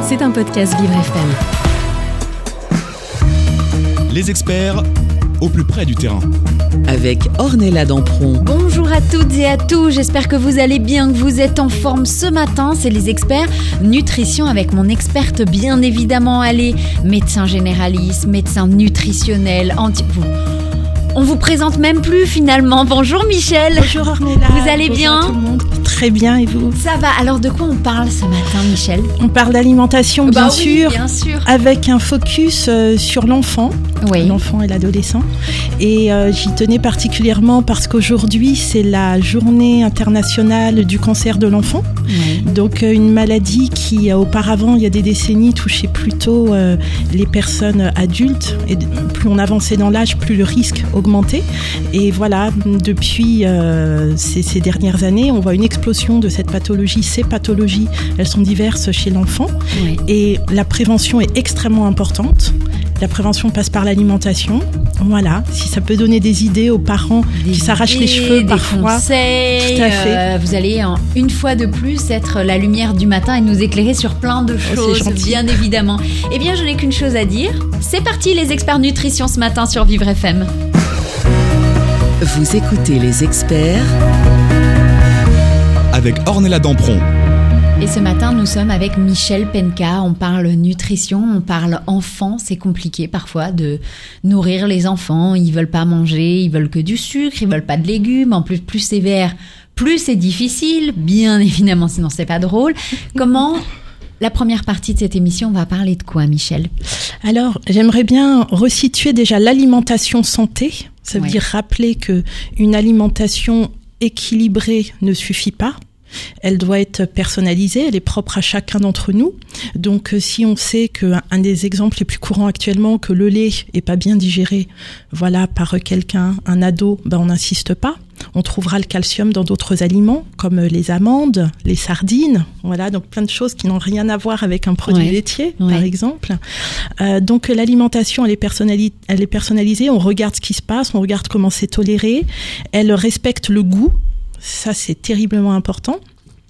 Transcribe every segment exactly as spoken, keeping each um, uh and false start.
C'est un podcast Vivre F M. Les experts au plus près du terrain. Avec Ornella Dampron. Bonjour à toutes et à tous, j'espère que vous allez bien, que vous êtes en forme ce matin. C'est les experts nutrition avec mon experte bien évidemment. Allez, médecin généraliste, médecin nutritionnel, anti... On vous présente même plus finalement. Bonjour Michel. Bonjour Ornella. Vous allez Bonjour bien ? À tout le monde. Très bien, et vous ? Ça va. Alors de quoi on parle ce matin, Michel ? On parle d'alimentation, bien, bah sûr, oui, bien sûr, avec un focus euh, sur l'enfant, oui. l'enfant et l'adolescent. Et euh, j'y tenais particulièrement parce qu'aujourd'hui, c'est la journée internationale du cancer de l'enfant. Oui. Donc euh, une maladie qui, euh, auparavant, il y a des décennies, touchait plutôt euh, les personnes adultes. Et plus on avançait dans l'âge, plus le risque augmentait. Et voilà, depuis euh, ces, ces dernières années, on voit une explosion de cette pathologie. Ces pathologies, elles sont diverses chez l'enfant. Oui. Et la prévention est extrêmement importante. La prévention passe par l'alimentation. Voilà, si ça peut donner des idées aux parents des qui s'arrachent idées, les cheveux des parfois. Conseils, tout à fait. Euh, vous allez hein, une fois de plus être la lumière du matin et nous éclairer sur plein de choses, oh, bien évidemment. Eh bien, je n'ai qu'une chose à dire. C'est parti, les experts nutrition ce matin sur Vivre F M. Vous écoutez les experts avec Ornella Dampron. Et ce matin, nous sommes avec Michel Penka. On parle nutrition, on parle enfants. C'est compliqué parfois de nourrir les enfants. Ils veulent pas manger, ils veulent que du sucre, ils veulent pas de légumes. En plus, plus c'est vert, plus c'est difficile. Bien évidemment, sinon c'est pas drôle. Comment... La première partie de cette émission, on va parler de quoi, Michel ? Alors, j'aimerais bien resituer déjà l'alimentation santé. Ça veut ouais. dire rappeler que une alimentation équilibrée ne suffit pas. Elle doit être personnalisée, elle est propre à chacun d'entre nous. Donc si on sait qu'un un des exemples les plus courants actuellement, que le lait est pas bien digéré, voilà, par quelqu'un, un ado, ben on n'insiste pas. On trouvera le calcium dans d'autres aliments, comme les amandes, les sardines, voilà, donc plein de choses qui n'ont rien à voir avec un produit ouais. laitier, ouais. par exemple. Euh, donc l'alimentation, elle est, personnali- elle est personnalisée, on regarde ce qui se passe, on regarde comment c'est toléré, elle respecte le goût. Ça, c'est terriblement important.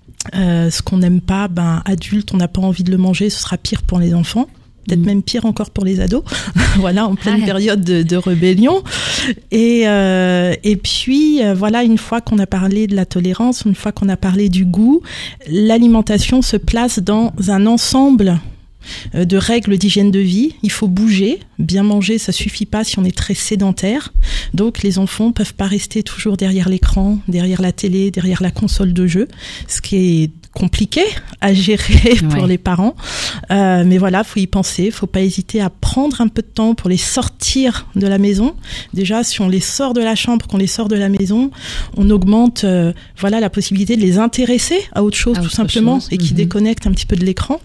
Euh, ce qu'on n'aime pas, ben, adulte, on n'a pas envie de le manger, ce sera pire pour les enfants. Peut-être mmh. même pire encore pour les ados. Voilà, en pleine ah, période de, de rébellion. Et, euh, et puis, euh, voilà, une fois qu'on a parlé de la tolérance, une fois qu'on a parlé du goût, l'alimentation se place dans un ensemble de règles d'hygiène de vie. Il faut bouger, bien manger, ça suffit pas si on est très sédentaire. Donc les enfants peuvent pas rester toujours derrière l'écran, derrière la télé, derrière la console de jeu, ce qui est compliqué à gérer pour ouais. les parents. Euh, mais voilà, faut y penser, faut pas hésiter à prendre un peu de temps pour les sortir de la maison. Déjà, si on les sort de la chambre, qu'on les sort de la maison, on augmente euh, voilà la possibilité de les intéresser à autre chose, à tout autre simplement, chose. Et qui mm-hmm. déconnectent un petit peu de l'écran.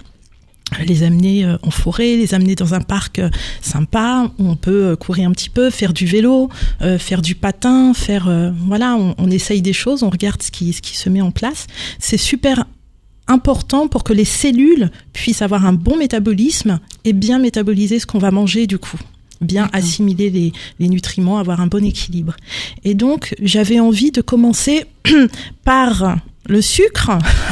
Les amener en forêt, les amener dans un parc sympa où on peut courir un petit peu, faire du vélo, euh, faire du patin, faire euh, voilà, on, on essaye des choses, on regarde ce qui ce qui se met en place. C'est super important pour que les cellules puissent avoir un bon métabolisme et bien métaboliser ce qu'on va manger du coup. Bien D'accord. assimiler les, les nutriments, avoir un bon équilibre. Et donc, j'avais envie de commencer par le sucre.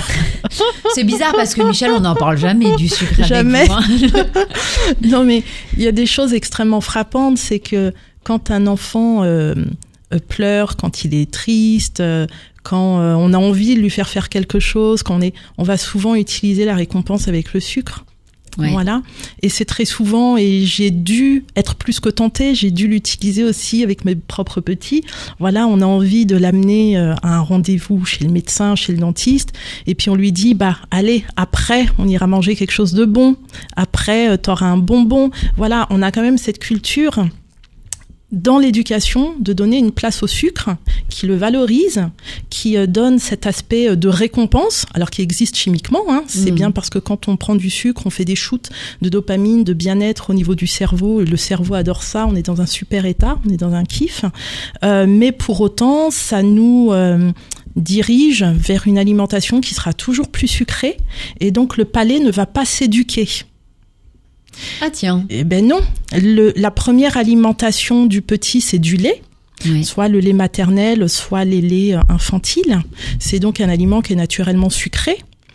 C'est bizarre parce que Michel, on n'en parle jamais du sucre. Jamais. Avec vous, hein. Non, mais il y a des choses extrêmement frappantes. C'est que quand un enfant euh, pleure, quand il est triste, euh, quand euh, on a envie de lui faire faire quelque chose, quand on est, on va souvent utiliser la récompense avec le sucre. Ouais. Voilà. Et c'est très souvent, et j'ai dû être plus que tentée, j'ai dû l'utiliser aussi avec mes propres petits. Voilà, on a envie de l'amener à un rendez-vous chez le médecin, chez le dentiste, et puis on lui dit, bah, allez, après, on ira manger quelque chose de bon. Après, t'auras un bonbon. Voilà, on a quand même cette culture dans l'éducation, de donner une place au sucre qui le valorise, qui donne cet aspect de récompense, alors qui existe chimiquement. Hein. C'est mmh. bien parce que quand on prend du sucre, on fait des shoots de dopamine, de bien-être au niveau du cerveau. Et le cerveau adore ça, on est dans un super état, on est dans un kiff. Euh, mais pour autant, ça nous... Euh, dirige vers une alimentation qui sera toujours plus sucrée et donc le palais ne va pas s'éduquer. Ah tiens. Eh ben non. Le, la première alimentation du petit, c'est du lait. Oui. Soit le lait maternel, soit les laits infantiles. C'est donc un aliment qui est naturellement sucré.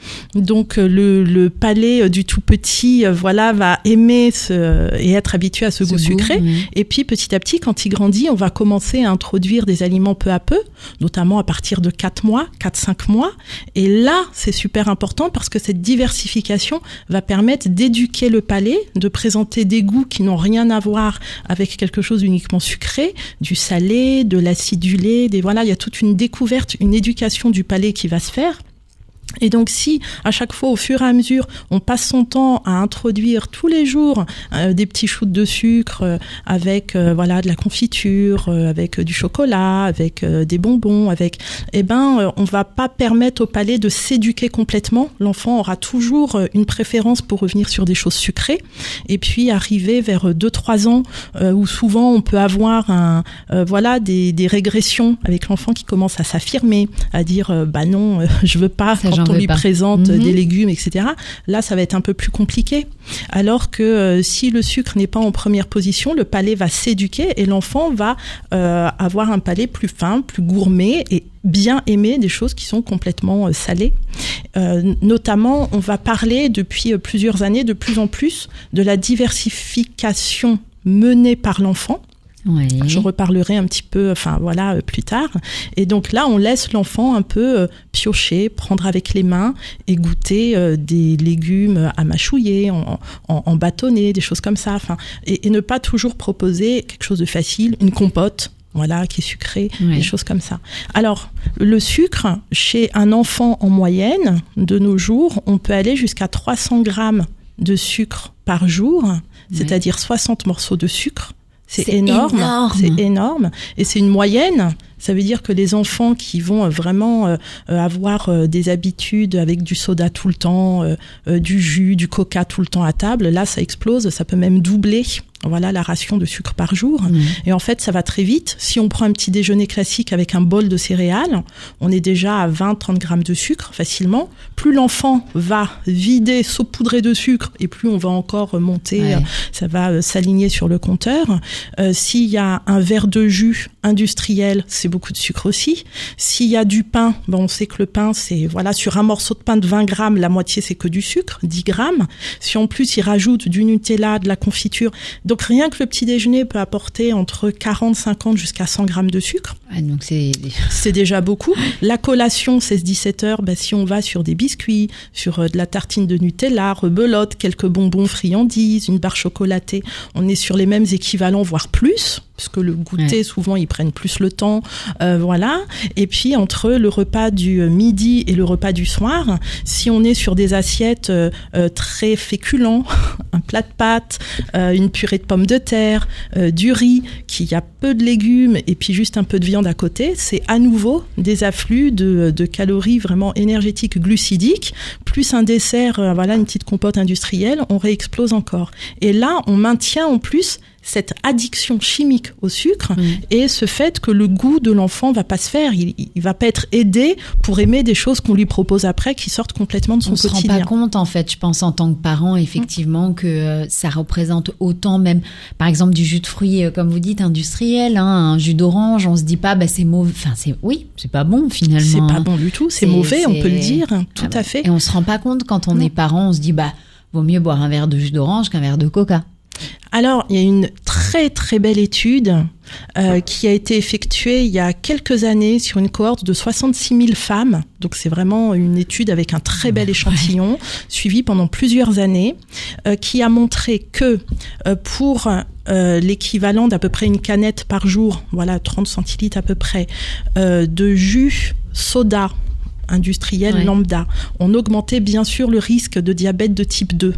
Donc le, le palais du tout petit, voilà, va aimer ce, et être habitué à ce, ce goût sucré. Goût, oui. Et puis petit à petit, quand il grandit, on va commencer à introduire des aliments peu à peu, notamment à partir de quatre mois, quatre cinq mois. Et là, c'est super important parce que cette diversification va permettre d'éduquer le palais, de présenter des goûts qui n'ont rien à voir avec quelque chose uniquement sucré, du salé, de l'acidulé, des voilà, il y a toute une découverte, une éducation du palais qui va se faire. Et donc si à chaque fois au fur et à mesure on passe son temps à introduire tous les jours euh, des petits shoots de sucre euh, avec euh, voilà de la confiture, euh, avec euh, du chocolat, avec euh, des bonbons, avec eh ben euh, on va pas permettre au palais de s'éduquer complètement. L'enfant aura toujours euh, une préférence pour revenir sur des choses sucrées et puis arriver vers deux trois ans euh, où souvent on peut avoir un euh, voilà des des régressions avec l'enfant qui commence à s'affirmer, à dire euh, bah non, euh, je veux pas. Ça, quand on lui pas. présente mm-hmm. des légumes, et cetera. Là, ça va être un peu plus compliqué. Alors que euh, si le sucre n'est pas en première position, le palais va s'éduquer et l'enfant va euh, avoir un palais plus fin, plus gourmet et bien aimer des choses qui sont complètement euh, salées. Euh, notamment, on va parler depuis euh, plusieurs années de plus en plus de la diversification menée par l'enfant. Oui. Je reparlerai un petit peu, enfin voilà, euh, plus tard. Et donc là, on laisse l'enfant un peu euh, piocher, prendre avec les mains et goûter euh, des légumes à mâchouiller, en, en, en bâtonner, des choses comme ça. Enfin, et, et ne pas toujours proposer quelque chose de facile, une compote. Voilà, qui est sucré, oui. Des choses comme ça. Alors, le sucre, chez un enfant en moyenne, de nos jours, on peut aller jusqu'à trois cents grammes de sucre par jour, oui. C'est-à-dire soixante morceaux de sucre. C'est, c'est énorme, énorme, c'est énorme, et c'est une moyenne. Ça veut dire que les enfants qui vont vraiment euh, avoir euh, des habitudes avec du soda tout le temps, euh, euh, du jus, du coca tout le temps à table, là ça explose, ça peut même doubler. Voilà la ration de sucre par jour. Mmh. Et en fait, ça va très vite. Si on prend un petit déjeuner classique avec un bol de céréales, on est déjà à vingt à trente grammes de sucre facilement. Plus l'enfant va vider, saupoudrer de sucre, et plus on va encore monter, ouais. Ça va euh, s'aligner sur le compteur. Euh, s'il y a un verre de jus industriel, c'est beaucoup de sucre aussi. S'il y a du pain, ben on sait que le pain, c'est voilà sur un morceau de pain de vingt grammes, la moitié c'est que du sucre, dix grammes. Si en plus il rajoute du Nutella, de la confiture, donc rien que le petit déjeuner peut apporter entre quarante, cinquante jusqu'à cent grammes de sucre. Ouais, donc c'est... c'est déjà beaucoup. La collation, seize à dix-sept heures, ben si on va sur des biscuits, sur euh, de la tartine de Nutella, rebelote, quelques bonbons friandises, une barre chocolatée, on est sur les mêmes équivalents, voire plus, parce que le goûter, ouais. Souvent, ils prennent plus le temps, euh, voilà. Et puis, entre le repas du midi et le repas du soir, si on est sur des assiettes euh, euh, très féculents, un plat de pâtes, euh, une purée de pommes de terre, euh, du riz, qui a peu de légumes, et puis juste un peu de viande à côté, c'est à nouveau des afflux de, de calories vraiment énergétiques, glucidiques, plus un dessert, euh, voilà, une petite compote industrielle, on réexplose encore. Et là, on maintient en plus cette addiction chimique au sucre mmh. et ce fait que le goût de l'enfant va pas se faire, il, il va pas être aidé pour aimer des choses qu'on lui propose après qui sortent complètement de son on quotidien. On se rend pas compte en fait, je pense en tant que parent effectivement mmh. que euh, ça représente autant même par exemple du jus de fruits euh, comme vous dites industriel, hein, un jus d'orange, on se dit pas bah c'est mauvais, enfin c'est oui c'est pas bon finalement. C'est hein. pas bon du tout, c'est, c'est mauvais, c'est... on peut le dire, tout ah, à fait. Et on se rend pas compte quand on mmh. est parent, on se dit bah vaut mieux boire un verre de jus d'orange qu'un verre de coca. Alors, il y a une très très belle étude euh, qui a été effectuée il y a quelques années sur une cohorte de soixante-six mille femmes. Donc, c'est vraiment une étude avec un très bel échantillon, ouais. Suivi pendant plusieurs années, euh, qui a montré que euh, pour euh, l'équivalent d'à peu près une canette par jour, voilà, trente centilitres à peu près, euh, de jus soda industriel ouais. lambda, on augmentait bien sûr le risque de diabète de type deux.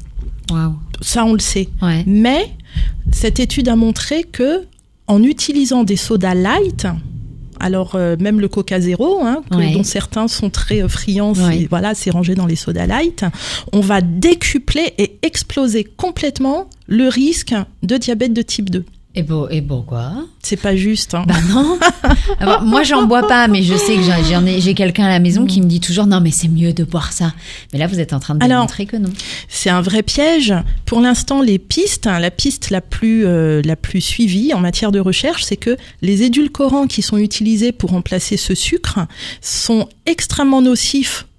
Wow. Ça, on le sait. Ouais. Mais cette étude a montré que, en utilisant des sodas light, alors euh, même le Coca Zéro, hein, que, ouais. dont certains sont très euh, friands, ouais. c'est, voilà, c'est rangé dans les sodas light, on va décupler et exploser complètement le risque de diabète de type deux. Et, pour, et pourquoi ? C'est pas juste. Hein. Bah non. Alors, moi, j'en bois pas, mais je sais que j'en, j'en ai, j'ai quelqu'un à la maison mmh. qui me dit toujours non, mais c'est mieux de boire ça. Mais là, vous êtes en train de démontrer que non. C'est un vrai piège. Pour l'instant, les pistes, hein, la piste la plus euh, la plus suivie en matière de recherche, c'est que les édulcorants qui sont utilisés pour remplacer ce sucre sont extrêmement nocifs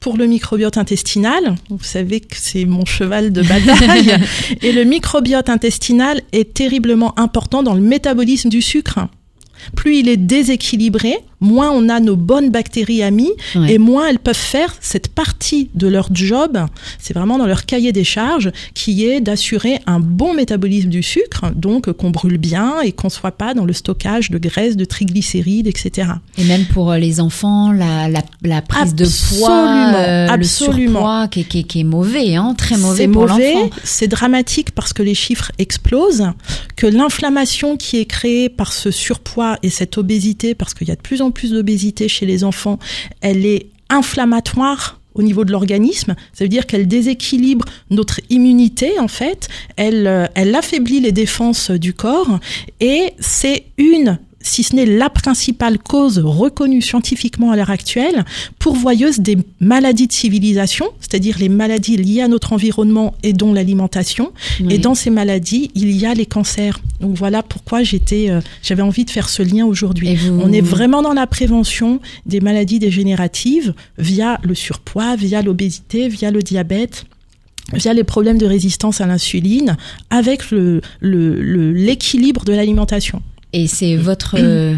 pour le microbiote intestinal. Vous savez que c'est mon cheval de bataille. Et le microbiote intestinal est terriblement important dans le métabolisme du sucre. Plus il est déséquilibré, moins on a nos bonnes bactéries amies, ouais. et moins elles peuvent faire cette partie de leur job, c'est vraiment dans leur cahier des charges, qui est d'assurer un bon métabolisme du sucre, donc qu'on brûle bien et qu'on ne soit pas dans le stockage de graisse, de triglycérides, et cetera. Et même pour les enfants, la, la, la prise absolument, de poids, euh, absolument. le surpoids qui est, qui est, qui est mauvais, hein, très mauvais c'est pour mauvais, l'enfant. C'est dramatique parce que les chiffres explosent, que l'inflammation qui est créée par ce surpoids et cette obésité, parce qu'il y a de plus en plus d'obésité chez les enfants, elle est inflammatoire au niveau de l'organisme. Ça veut dire qu'elle déséquilibre notre immunité, en fait. Elle, elle affaiblit les défenses du corps et c'est une, si ce n'est la principale cause reconnue scientifiquement à l'heure actuelle, pourvoyeuse des maladies de civilisation, c'est-à-dire les maladies liées à notre environnement et dont l'alimentation. Oui. Et dans ces maladies, il y a les cancers. Donc voilà pourquoi j'étais, euh, j'avais envie de faire ce lien aujourd'hui. Vous... On est vraiment dans la prévention des maladies dégénératives via le surpoids, via l'obésité, via le diabète, via les problèmes de résistance à l'insuline, avec le, le, le, l'équilibre de l'alimentation. Et c'est votre euh,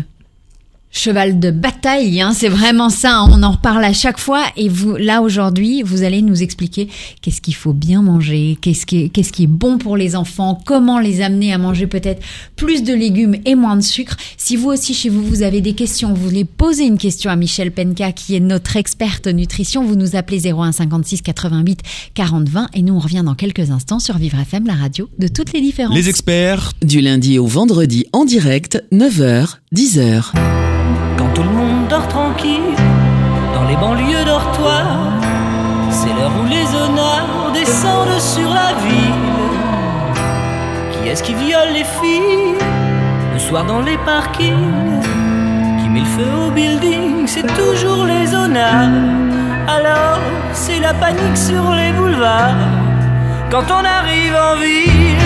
cheval de bataille, hein, c'est vraiment ça, on en reparle à chaque fois. Et vous, là aujourd'hui, vous allez nous expliquer qu'est-ce qu'il faut bien manger, qu'est-ce qui est, qu'est-ce qui est bon pour les enfants, comment les amener à manger peut-être plus de légumes et moins de sucre. Si vous aussi chez vous, vous avez des questions, vous voulez poser une question à Michel Penka, qui est notre experte nutrition, vous nous appelez zéro un cinquante-six quatre-vingt-huit quarante vingt et nous on revient dans quelques instants sur Vivre F M, la radio de toutes les différences. Les experts, du lundi au vendredi en direct, neuf heures, dix heures. Quand tout le monde dort tranquille, dans les banlieues dortoirs, c'est l'heure où les honneurs descendent sur la ville. Qui est-ce qui viole les filles le soir dans les parkings? Qui met le feu au building? C'est toujours les honneurs. Alors c'est la panique sur les boulevards quand on arrive en ville.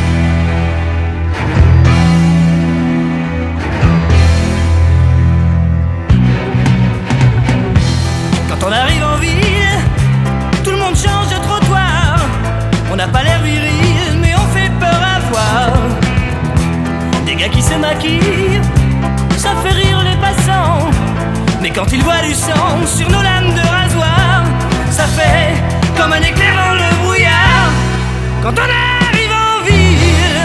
Quand on arrive en ville, tout le monde change de trottoir. On n'a pas l'air viril, mais on fait peur à voir. Des gars qui se maquillent, ça fait rire les passants. Mais quand ils voient du sang sur nos lames de rasoir, ça fait comme un éclair dans le brouillard. Quand on arrive en ville,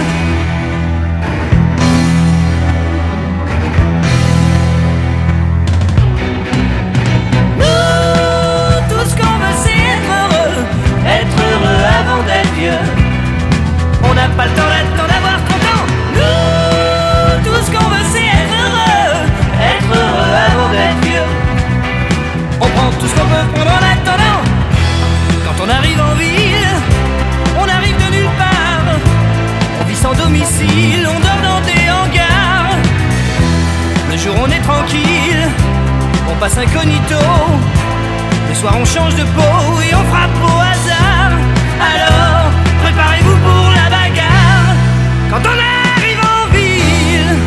nous, tout ce qu'on veut c'est être heureux, être heureux avant d'être vieux. On n'a pas le temps d'attendre d'avoir trente ans. Nous, tout ce qu'on veut c'est être heureux, être heureux avant d'être vieux. On prend tout ce qu'on peut prendre en attendant. Quand on arrive en ville, on arrive de nulle part. On vit sans domicile, on dort dans des hangars. Le jour on est tranquille, on passe incognito. Le soir on change de peau et on frappe au hasard. Alors préparez-vous pour la bagarre quand on arrive en ville.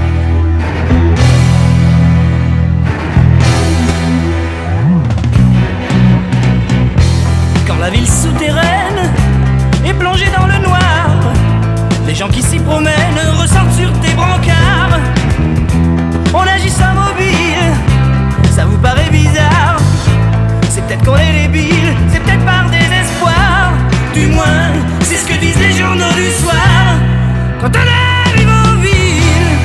Quand la ville souterraine est plongée dans le noir, les gens qui s'y promènent ressortent sur tes brancards. On agit sans mobile, ça vous paraît bizarre. C'est peut-être qu'on est débile, c'est peut-être par désespoir. Du moins, c'est ce que disent les journaux du soir. Quand on arrive en ville,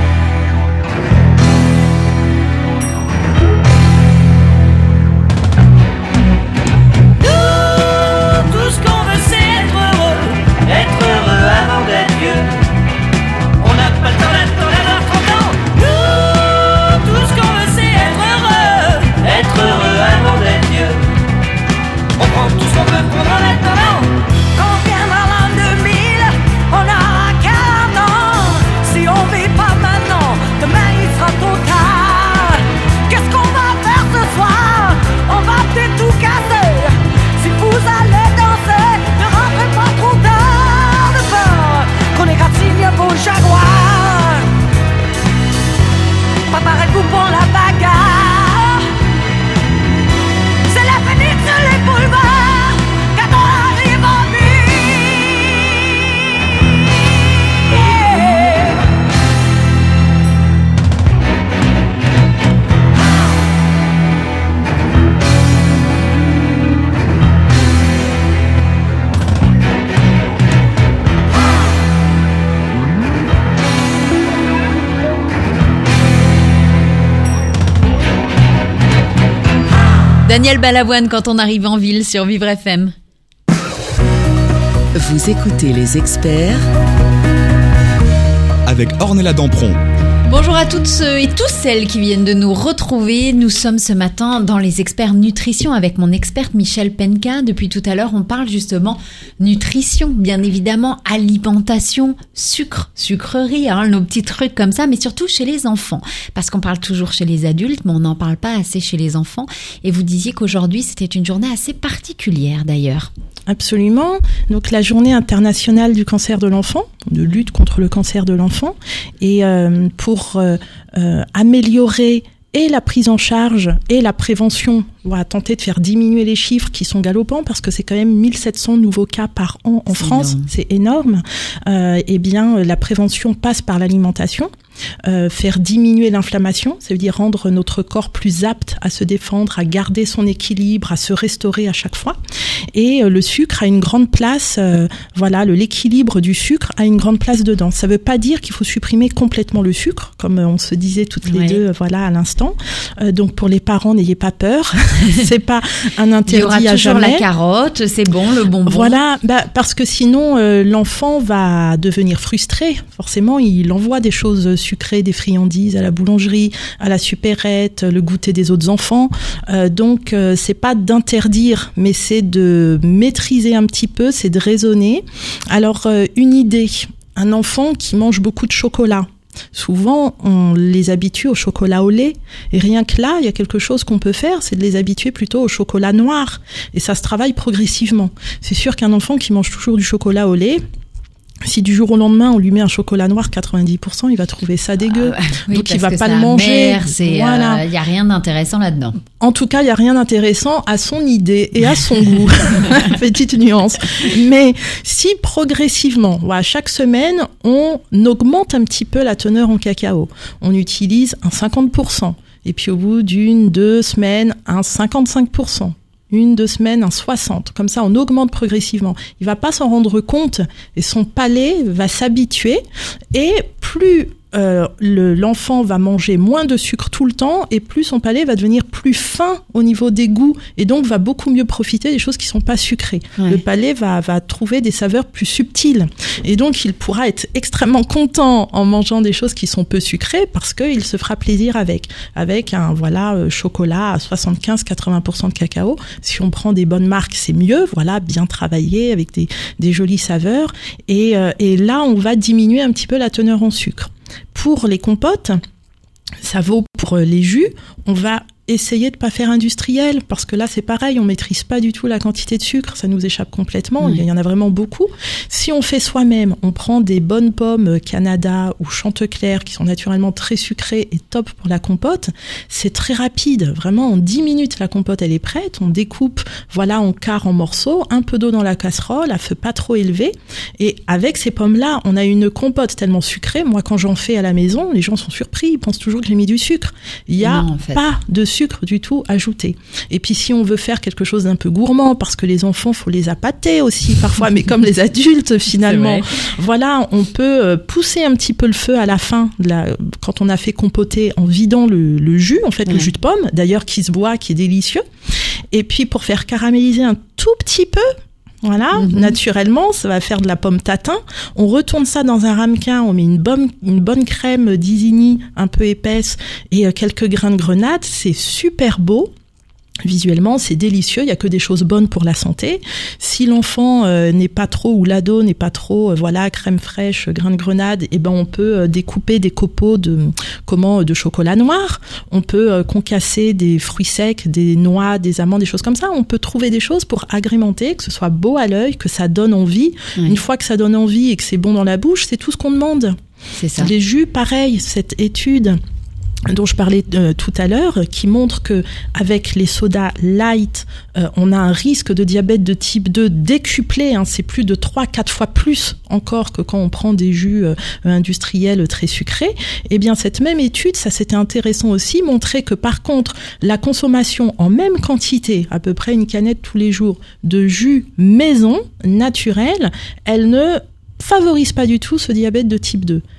nous, tout ce qu'on veut c'est être heureux, être heureux avant d'être vieux. On n'a pas le temps d'attendre d'avoir trente ans. Nous, tout ce qu'on veut c'est être heureux, être heureux avant d'être vieux. On prend tout ce qu'on peut prendre en attendant. Quand viendra l'an deux mille, on aura qu'à Daniel Balavoine quand on arrive en ville sur Vivre F M. Vous écoutez les experts avec Ornella Dampron. Bonjour à toutes ceux et tous celles qui viennent de nous retrouver. Nous sommes ce matin dans les experts nutrition avec mon experte Michel Penka. Depuis tout à l'heure, on parle justement nutrition, bien évidemment, alimentation, sucre, sucrerie, hein, nos petits trucs comme ça, mais surtout chez les enfants. Parce qu'on parle toujours chez les adultes, mais on n'en parle pas assez chez les enfants. Et vous disiez qu'aujourd'hui, c'était une journée assez particulière d'ailleurs. Absolument. Donc la journée internationale du cancer de l'enfant, de lutte contre le cancer de l'enfant, et euh, pour euh, euh, améliorer et la prise en charge et la prévention, on va tenter de faire diminuer les chiffres qui sont galopants parce que c'est quand même mille sept cents nouveaux cas par an en c'est France, énorme. C'est énorme. Euh, eh bien, la prévention passe par l'alimentation. Euh, faire diminuer l'inflammation, ça veut dire rendre notre corps plus apte à se défendre, à garder son équilibre, à se restaurer à chaque fois. Et euh, le sucre a une grande place, euh, voilà, le, l'équilibre du sucre a une grande place dedans. Ça veut pas dire qu'il faut supprimer complètement le sucre, comme euh, on se disait toutes les ouais. deux, euh, voilà, à l'instant. Euh, donc pour les parents, n'ayez pas peur, c'est pas un interdit à jamais. Il y aura toujours la carotte, c'est bon, le bonbon. Voilà, bah, parce que sinon euh, l'enfant va devenir frustré. Forcément, il envoie des choses sucrées, des friandises à la boulangerie, à la supérette, le goûter des autres enfants. Euh, donc, euh, c'est pas d'interdire, mais c'est de maîtriser un petit peu, c'est de raisonner. Alors, euh, une idée, un enfant qui mange beaucoup de chocolat. Souvent, on les habitue au chocolat au lait. Et rien que là, il y a quelque chose qu'on peut faire, c'est de les habituer plutôt au chocolat noir. Et ça se travaille progressivement. C'est sûr qu'un enfant qui mange toujours du chocolat au lait, si du jour au lendemain on lui met un chocolat noir quatre-vingt-dix pour cent, il va trouver ça dégueu. Ah, oui, donc il va pas le manger. Il voilà. n'y euh, a rien d'intéressant là-dedans. En tout cas, il y a rien d'intéressant à son idée et à son goût. Petite nuance. Mais si progressivement, voilà, chaque semaine, on augmente un petit peu la teneur en cacao, on utilise un cinquante pour cent. Et puis au bout d'une, deux semaines, un cinquante-cinq pour cent. Une, deux semaines, un soixante. Comme ça, on augmente progressivement. Il va pas s'en rendre compte et son palais va s'habituer. Et plus euh, le, l'enfant va manger moins de sucre tout le temps et plus son palais va devenir plus fin au niveau des goûts et donc va beaucoup mieux profiter des choses qui sont pas sucrées. Ouais. Le palais va, va trouver des saveurs plus subtiles et donc il pourra être extrêmement content en mangeant des choses qui sont peu sucrées parce qu'il se fera plaisir avec. Avec un voilà euh, chocolat à soixante-quinze à quatre-vingts pour cent de cacao. Si on prend des bonnes marques, c'est mieux. Voilà, bien travaillé avec des, des jolies saveurs et, euh, et là, on va diminuer un petit peu la teneur en sucre. Pour les compotes, ça vaut pour les jus, on va essayer de pas faire industriel parce que là c'est pareil, on maîtrise pas du tout la quantité de sucre, ça nous échappe complètement. Mmh. Il y en a vraiment beaucoup. Si on fait soi-même, on prend des bonnes pommes Canada ou Chantecler qui sont naturellement très sucrées et top pour la compote, c'est très rapide. Vraiment en dix minutes la compote elle est prête, on découpe voilà en quart en morceaux, un peu d'eau dans la casserole à feu pas trop élevé et avec ces pommes là, on a une compote tellement sucrée. Moi quand j'en fais à la maison, les gens sont surpris, ils pensent toujours que j'ai mis du sucre. Il y a non, en fait. pas de sucre sucre du tout ajouté. Et puis si on veut faire quelque chose d'un peu gourmand, parce que les enfants, faut les appâter aussi parfois, mais comme les adultes finalement, voilà, on peut pousser un petit peu le feu à la fin, de la, quand on a fait compoter en vidant le, le jus, en fait, ouais. le jus de pomme, d'ailleurs qui se boit, qui est délicieux. Et puis pour faire caraméliser un tout petit peu, voilà, mm-hmm. naturellement, ça va faire de la pomme tatin. On retourne ça dans un ramequin, on met une bonne, une bonne crème d'Isigny un peu épaisse et quelques grains de grenade. C'est super beau. Visuellement, c'est délicieux. Il y a que des choses bonnes pour la santé. Si l'enfant euh, n'est pas trop ou l'ado n'est pas trop, euh, voilà, crème fraîche, grains de grenade, eh ben on peut euh, découper des copeaux de comment de chocolat noir. On peut euh, concasser des fruits secs, des noix, des amandes, des choses comme ça. On peut trouver des choses pour agrémenter, que ce soit beau à l'œil, que ça donne envie. Oui. Une fois que ça donne envie et que c'est bon dans la bouche, c'est tout ce qu'on demande. C'est ça. Les jus, pareil. Cette étude dont je parlais euh, tout à l'heure, qui montre que avec les sodas light, euh, on a un risque de diabète de type deux décuplé, hein, c'est plus de trois à quatre fois plus encore que quand on prend des jus euh, industriels très sucrés. Eh bien, cette même étude, ça c'était intéressant aussi, montrait que par contre, la consommation en même quantité, à peu près une canette tous les jours, de jus maison, naturel, elle ne favorise pas du tout ce diabète de type deux.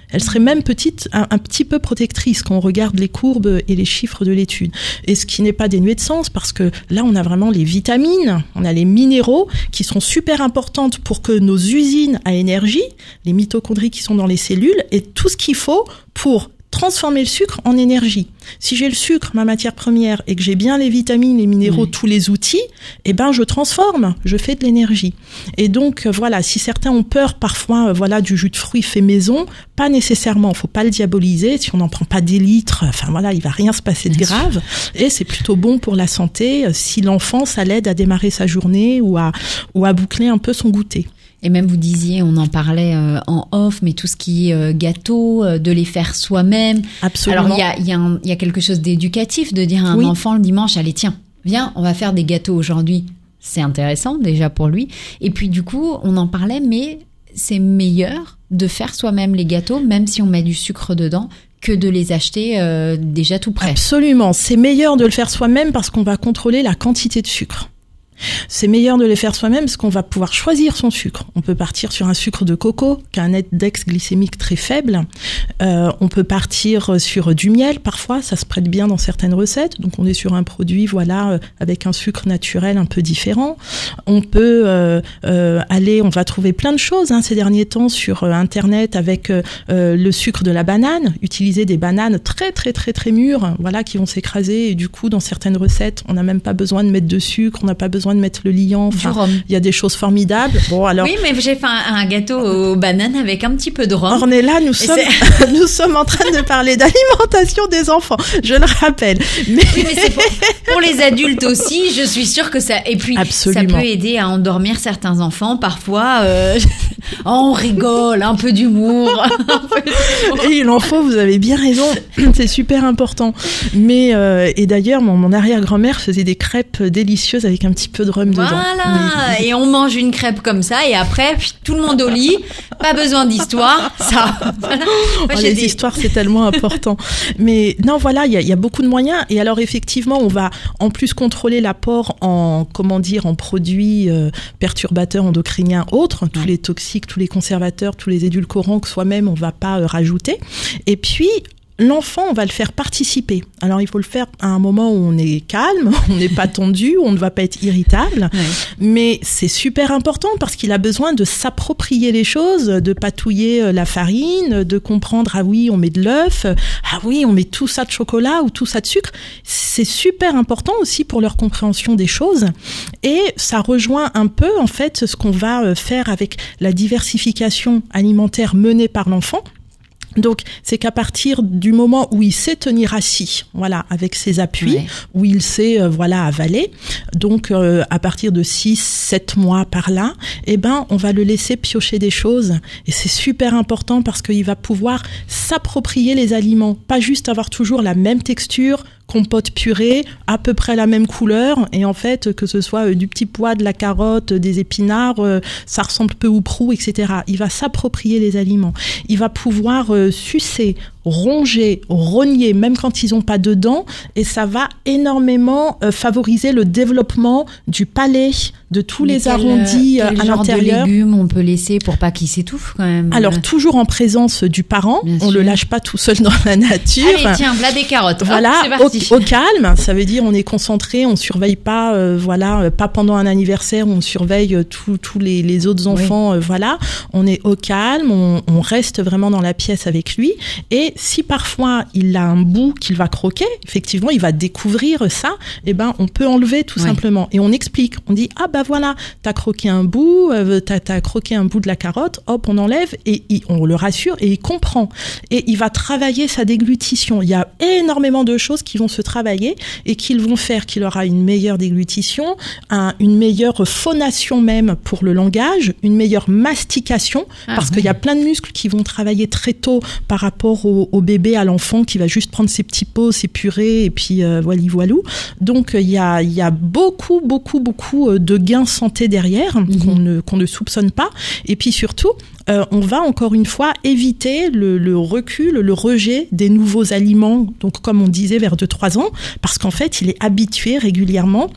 Elle serait même petite, un, un petit peu protectrice quand on regarde les courbes et les chiffres de l'étude. Et ce qui n'est pas dénué de sens, parce que là, on a vraiment les vitamines, on a les minéraux qui sont super importantes pour que nos usines à énergie, les mitochondries qui sont dans les cellules, aient tout ce qu'il faut pour transformer le sucre en énergie. Si j'ai le sucre, ma matière première, et que j'ai bien les vitamines, les minéraux, oui. tous les outils, eh ben je transforme, je fais de l'énergie. Et donc euh, voilà, si certains ont peur parfois, euh, voilà, du jus de fruits fait maison, pas nécessairement. Faut pas le diaboliser. Si on n'en prend pas des litres, enfin voilà, il va rien se passer de bien grave. Sûr. Et c'est plutôt bon pour la santé. Euh, si l'enfant, ça l'aide à démarrer sa journée ou à ou à boucler un peu son goûter. Et même vous disiez, on en parlait euh, en off, mais tout ce qui est euh, gâteau, euh, de les faire soi-même. Absolument. Alors il y a, y, a un, y a quelque chose d'éducatif de dire à un oui. enfant le dimanche, allez tiens, viens, on va faire des gâteaux aujourd'hui. C'est intéressant déjà pour lui. Et puis du coup, on en parlait, mais c'est meilleur de faire soi-même les gâteaux, même si on met du sucre dedans, que de les acheter euh, déjà tout prêts. Absolument, c'est meilleur de le faire soi-même parce qu'on va contrôler la quantité de sucre. C'est meilleur de les faire soi-même parce qu'on va pouvoir choisir son sucre. On peut partir sur un sucre de coco qui a un index glycémique très faible. Euh, on peut partir sur du miel parfois, ça se prête bien dans certaines recettes. Donc on est sur un produit voilà euh, avec un sucre naturel un peu différent. On peut euh, euh, aller, on va trouver plein de choses hein, ces derniers temps sur euh, internet avec euh, le sucre de la banane. Utiliser des bananes très très très très mûres, voilà, qui vont s'écraser et du coup dans certaines recettes on n'a même pas besoin de mettre de sucre, on n'a pas besoin de mettre le liant, enfin, il y a des choses formidables. Bon, alors. Oui, mais j'ai fait un, un gâteau aux bananes avec un petit peu de rhum. Ornella, nous sommes, nous sommes en train de parler d'alimentation des enfants, je le rappelle. Mais... Oui, mais c'est pour, pour les adultes aussi, je suis sûre que ça, et puis, Absolument. Ça peut aider à endormir certains enfants, parfois, euh... oh, on rigole, un peu d'humour. Un peu d'humour. Et il en faut, vous avez bien raison, c'est super important. Mais, euh, et d'ailleurs, mon, mon arrière-grand-mère faisait des crêpes délicieuses avec un petit peu de rhum voilà. dedans. Voilà, et on mange une crêpe comme ça, et après, tout le monde au lit, pas besoin d'histoire, ça. Voilà. Moi, oh, les des... histoires, c'est tellement important. Mais non, voilà, il y a, y a beaucoup de moyens. Et alors, effectivement, on va en plus contrôler l'apport en, comment dire, en produits euh, perturbateurs endocriniens autres, tous ouais. les toxiques, tous les conservateurs, tous les édulcorants que soi-même, on va pas euh, rajouter. Et puis, l'enfant, on va le faire participer. Alors, il faut le faire à un moment où on est calme, on n'est pas tendu, où on ne va pas être irritable. Ouais. Mais c'est super important parce qu'il a besoin de s'approprier les choses, de patouiller la farine, de comprendre, ah oui, on met de l'œuf, ah oui, on met tout ça de chocolat ou tout ça de sucre. C'est super important aussi pour leur compréhension des choses. Et ça rejoint un peu, en fait, ce qu'on va faire avec la diversification alimentaire menée par l'enfant. Donc, c'est qu'à partir du moment où il sait tenir assis, voilà, avec ses appuis, ouais. où il sait, euh, voilà, avaler, donc euh, à partir de six, sept mois par là, eh ben, on va le laisser piocher des choses. Et c'est super important parce qu'il va pouvoir s'approprier les aliments, pas juste avoir toujours la même texture, compote purée, à peu près la même couleur, et en fait, que ce soit euh, du petit pois, de la carotte, des épinards, euh, ça ressemble peu ou prou, et cetera. Il va s'approprier les aliments. Il va pouvoir euh, sucer, ronger, rogner, même quand ils n'ont pas de dents, et ça va énormément euh, favoriser le développement du palais, de tous Mais les quel, arrondis quel à genre l'intérieur. De légumes on peut laisser pour pas qu'ils s'étouffent quand même. Alors, toujours en présence du parent, Bien on sûr. Le lâche pas tout seul dans la nature. Allez, tiens, voilà des carottes. Voilà, Hop, c'est parti. Au, au calme, ça veut dire on est concentré, on surveille pas, euh, voilà, euh, pas pendant un anniversaire où on surveille euh, tous tous les, les autres enfants, oui. euh, voilà. On est au calme, on, on reste vraiment dans la pièce avec lui. Et si parfois il a un bout qu'il va croquer, effectivement, il va découvrir ça, et ben on peut enlever tout oui. simplement. Et on explique, on dit ah bah voilà, t'as croqué un bout, euh, t'as, t'as croqué un bout de la carotte, hop, on enlève et il, on le rassure et il comprend. Et il va travailler sa déglutition. Il y a énormément de choses qui vont se travailler et qu'ils vont faire qu'il aura une meilleure déglutition, un, une meilleure phonation même pour le langage, une meilleure mastication, ah, parce oui. qu'il y a plein de muscles qui vont travailler très tôt par rapport au, au bébé, à l'enfant qui va juste prendre ses petits pots, ses purées et puis euh, voili voilou. Donc il y a, il y a beaucoup, beaucoup, beaucoup de gains santé derrière mmh. qu'on ne, qu'on ne soupçonne pas. Et puis surtout, Euh, on va encore une fois éviter le, le recul, le rejet des nouveaux aliments, donc comme on disait vers deux trois ans, parce qu'en fait il est habitué régulièrement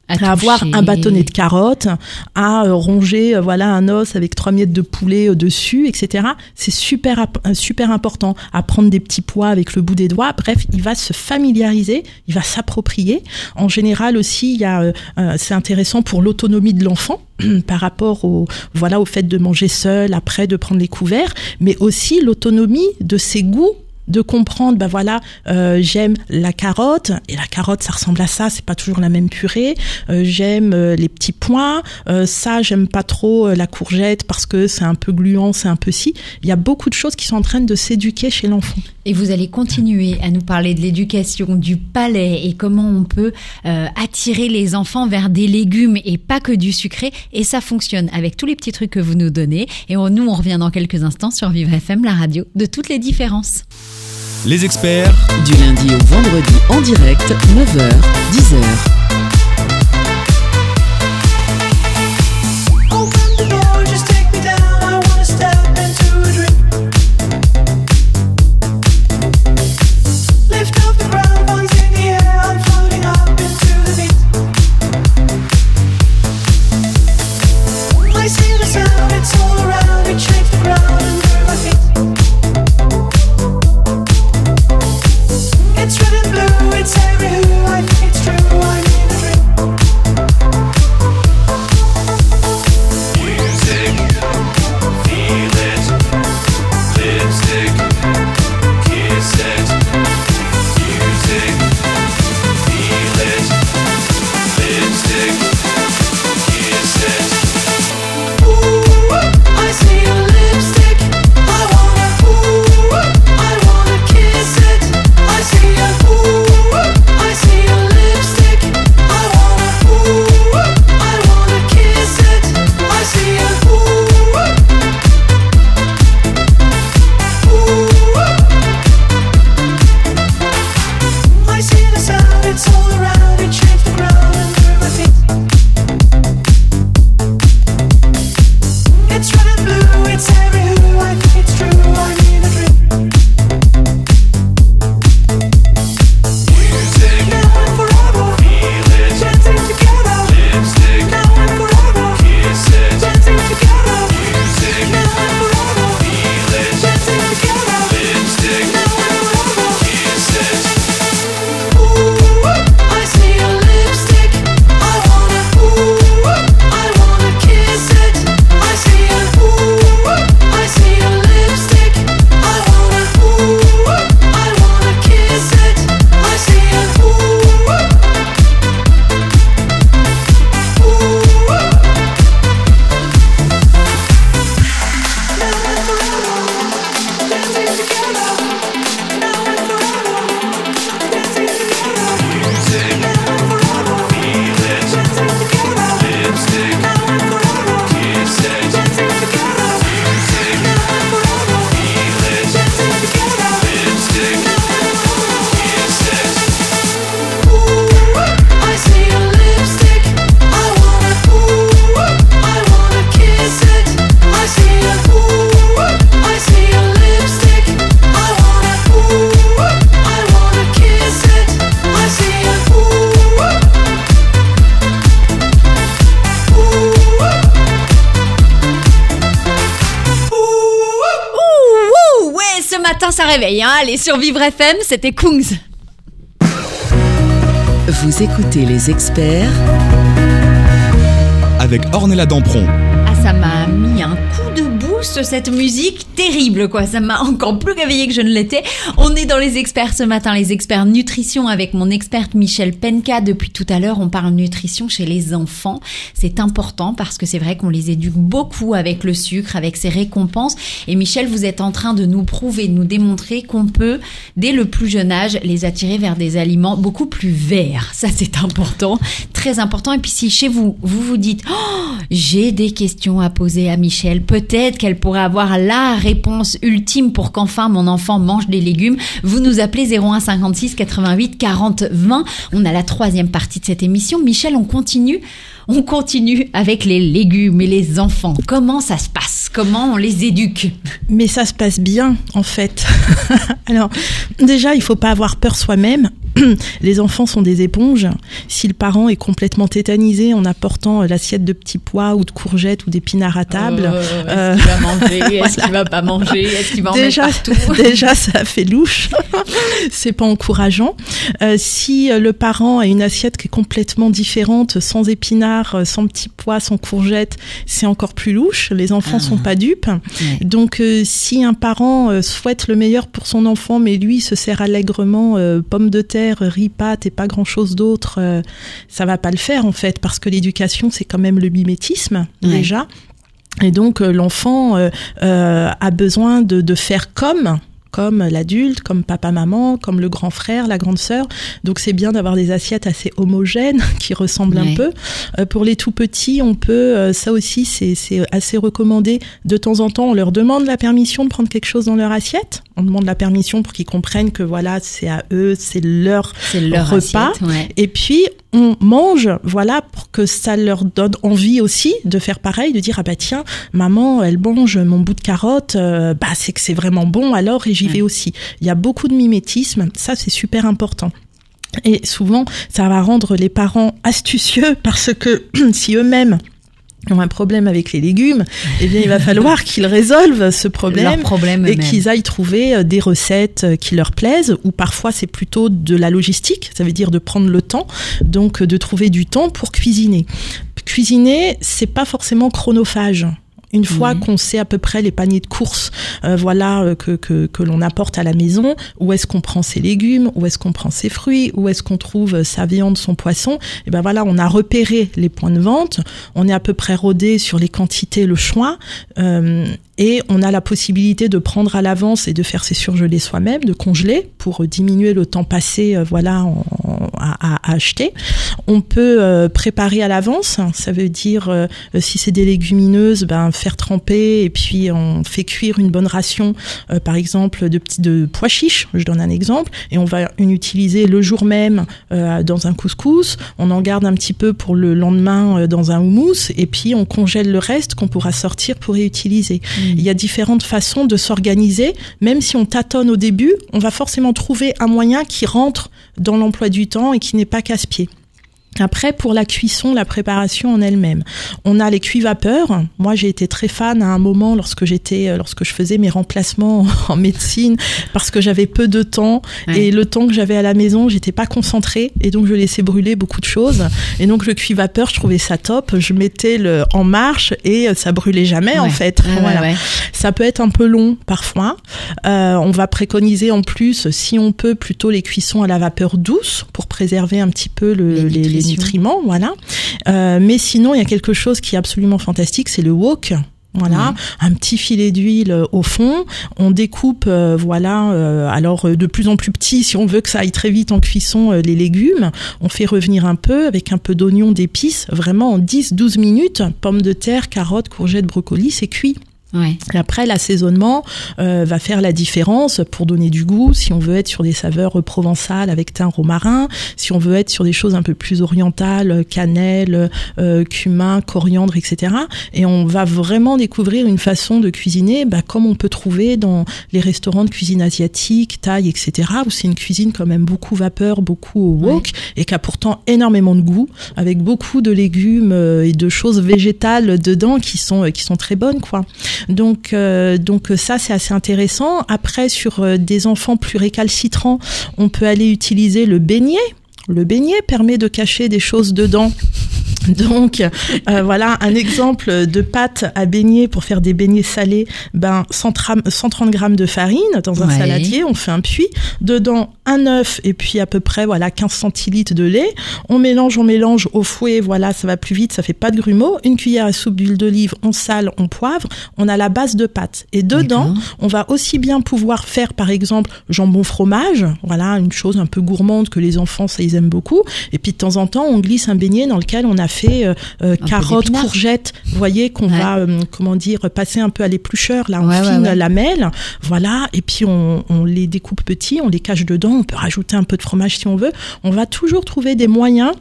À, à avoir un bâtonnet de carottes, à euh, ronger euh, voilà un os avec trois miettes de poulet euh, dessus, et cetera. C'est super super important. À prendre des petits pois avec le bout des doigts. Bref, il va se familiariser, il va s'approprier. En général aussi, il y a euh, euh, c'est intéressant pour l'autonomie de l'enfant par rapport au voilà au fait de manger seul, après de prendre les couverts, mais aussi l'autonomie de ses goûts. De comprendre, ben voilà, euh, j'aime la carotte, et la carotte, ça ressemble à ça, c'est pas toujours la même purée. Euh, j'aime euh, les petits pois, euh, ça, j'aime pas trop euh, la courgette parce que c'est un peu gluant, c'est un peu si. Il y a beaucoup de choses qui sont en train de s'éduquer chez l'enfant. Et vous allez continuer à nous parler de l'éducation, du palais et comment on peut euh, attirer les enfants vers des légumes et pas que du sucré. Et ça fonctionne avec tous les petits trucs que vous nous donnez. Et on, nous, on revient dans quelques instants sur Vivre F M, la radio de toutes les différences. Les experts, du lundi au vendredi en direct, neuf heures, dix heures. Ça réveille, hein. Allez, sur Vivre F M, c'était Kungs. Vous écoutez les experts avec Ornella Dampron. Ah, ça m'a mis un coup de boost, cette musique terrible, quoi. Ça m'a encore plus réveillée que je ne l'étais. On est dans les experts ce matin, les experts nutrition avec mon experte Michel Penka. Depuis tout à l'heure, on parle nutrition chez les enfants. C'est important parce que c'est vrai qu'on les éduque beaucoup avec le sucre, avec ses récompenses. Et Michel, vous êtes en train de nous prouver, de nous démontrer qu'on peut, dès le plus jeune âge, les attirer vers des aliments beaucoup plus verts. Ça, c'est important, très important. Et puis si chez vous, vous vous dites oh, « j'ai des questions à poser à Michel, peut-être qu'elle pourrait avoir la réponse ultime pour qu'enfin mon enfant mange des légumes », vous nous appelez zéro un cinquante-six quatre-vingt-huit quarante vingt. On a la troisième partie de cette émission. Michel, on continue On continue avec les légumes et les enfants. Comment ça se passe ? Comment on les éduque ? Mais ça se passe bien, en fait. Alors, déjà, il faut pas avoir peur soi-même. les enfants sont des éponges. Si le parent est complètement tétanisé en apportant l'assiette de petits pois ou de courgettes ou d'épinards à table, euh, est-ce euh, qu'il va manger, est-ce voilà. qu'il va pas manger, est-ce qu'il va en déjà, mettre partout. Déjà, ça fait louche. C'est pas encourageant. Euh, si le parent a une assiette qui est complètement différente, sans épinards, sans petits pois, sans courgettes, c'est encore plus louche. Les enfants ah. sont pas dupes. Ouais. Donc, euh, si un parent euh, souhaite le meilleur pour son enfant, mais lui se sert allègrement euh, pommes de terre, riz, pâtes et pas grand-chose d'autre, euh, ça va pas le faire en fait, parce que l'éducation c'est quand même le mimétisme ouais. déjà. Et donc euh, l'enfant euh, euh, a besoin de, de faire comme comme l'adulte, comme papa-maman, comme le grand frère, la grande sœur. Donc c'est bien d'avoir des assiettes assez homogènes qui ressemblent ouais. un peu. Euh, pour les tout petits, on peut, euh, ça aussi c'est, c'est assez recommandé. De temps en temps, on leur demande la permission de prendre quelque chose dans leur assiette. On demande la permission pour qu'ils comprennent que voilà, c'est à eux, c'est leur, c'est leur repas. Assiette, ouais. Et puis on mange, voilà, pour que ça leur donne envie aussi de faire pareil, de dire ah bah tiens, maman, elle mange mon bout de carotte, euh, bah c'est que c'est vraiment bon alors et j'y vais ouais. aussi. Il y a beaucoup de mimétisme, ça c'est super important. Et souvent, ça va rendre les parents astucieux parce que si eux-mêmes ont un problème avec les légumes, eh bien il va falloir qu'ils résolvent ce problème, problème et même. qu'ils aillent trouver des recettes qui leur plaisent, ou parfois c'est plutôt de la logistique, ça veut dire de prendre le temps, donc de trouver du temps pour cuisiner. Cuisiner, c'est pas forcément chronophage. Une fois mmh. qu'on sait à peu près les paniers de courses, euh, voilà euh, que que que l'on apporte à la maison, où est-ce qu'on prend ses légumes, où est-ce qu'on prend ses fruits, où est-ce qu'on trouve sa viande, son poisson, et ben voilà, on a repéré les points de vente, on est à peu près rodé sur les quantités, le choix. Euh, Et on a la possibilité de prendre à l'avance et de faire ses surgelés soi-même, de congeler pour diminuer le temps passé, euh, voilà, en, à, à acheter. On peut euh, préparer à l'avance, ça veut dire euh, si c'est des légumineuses, ben faire tremper et puis on fait cuire une bonne ration, euh, par exemple de petits de pois chiches. Je donne un exemple et on va une utiliser le jour même euh, dans un couscous. On en garde un petit peu pour le lendemain euh, dans un houmous et puis on congèle le reste qu'on pourra sortir pour réutiliser. Il y a différentes façons de s'organiser. Même si on tâtonne au début, on va forcément trouver un moyen qui rentre dans l'emploi du temps et qui n'est pas casse-pied. Après, pour la cuisson, la préparation en elle-même, on a les cuits-vapeurs. Moi, j'ai été très fan à un moment lorsque j'étais, lorsque je faisais mes remplacements en médecine, parce que j'avais peu de temps ouais. et le temps que j'avais à la maison, j'étais pas concentrée et donc je laissais brûler beaucoup de choses. Et donc le cuits-vapeur, je trouvais ça top. Je mettais le en marche et ça brûlait jamais ouais. en fait. Ouais, voilà. ouais, ouais. Ça peut être un peu long parfois. Euh, on va préconiser en plus, si on peut, plutôt les cuissons à la vapeur douce pour préserver un petit peu le, les, les, les nutriments, voilà. Euh, mais sinon, il y a quelque chose qui est absolument fantastique, c'est le wok. Voilà, mmh. un petit filet d'huile au fond, on découpe, euh, voilà, euh, alors de plus en plus petit, si on veut que ça aille très vite en cuisson, euh, les légumes, on fait revenir un peu avec un peu d'oignon, d'épices, vraiment en dix à douze minutes, pommes de terre, carottes, courgettes, brocolis, c'est cuit. Ouais. Et après, l'assaisonnement euh, va faire la différence pour donner du goût. Si on veut être sur des saveurs provençales avec thym, romarin, si on veut être sur des choses un peu plus orientales, cannelle, euh, cumin, coriandre, et cetera. Et on va vraiment découvrir une façon de cuisiner, bah, comme on peut trouver dans les restaurants de cuisine asiatique, thaï, et cetera. Où c'est une cuisine quand même beaucoup vapeur, beaucoup au wok, ouais. et qui a pourtant énormément de goût, avec beaucoup de légumes euh, et de choses végétales dedans qui sont euh, qui sont très bonnes, quoi. Donc, euh, donc ça, c'est assez intéressant. Après, sur euh, des enfants plus récalcitrants, on peut aller utiliser le beignet. Le beignet permet de cacher des choses dedans. Donc, euh, voilà un exemple de pâte à beignet pour faire des beignets salés. Ben, cent trente grammes de farine dans un ouais. saladier. On fait un puits. Dedans, un œuf et puis à peu près, voilà, quinze centilitres de lait. On mélange, on mélange au fouet. Voilà, ça va plus vite, ça fait pas de grumeaux. Une cuillère à soupe d'huile d'olive. On sale, on poivre. On a la base de pâte. Et dedans, D'accord. on va aussi bien pouvoir faire, par exemple, jambon fromage. Voilà, une chose un peu gourmande que les enfants, ça, ils aiment beaucoup. Et puis, de temps en temps, on glisse un beignet dans lequel on a fait euh, euh, carottes, courgettes, vous voyez, qu'on ouais. va, euh, comment dire, passer un peu à l'éplucheur, là, en ouais, fine ouais, ouais. lamelle, voilà, et puis on, on les découpe petits, on les cache dedans, on peut rajouter un peu de fromage si on veut, on va toujours trouver des moyens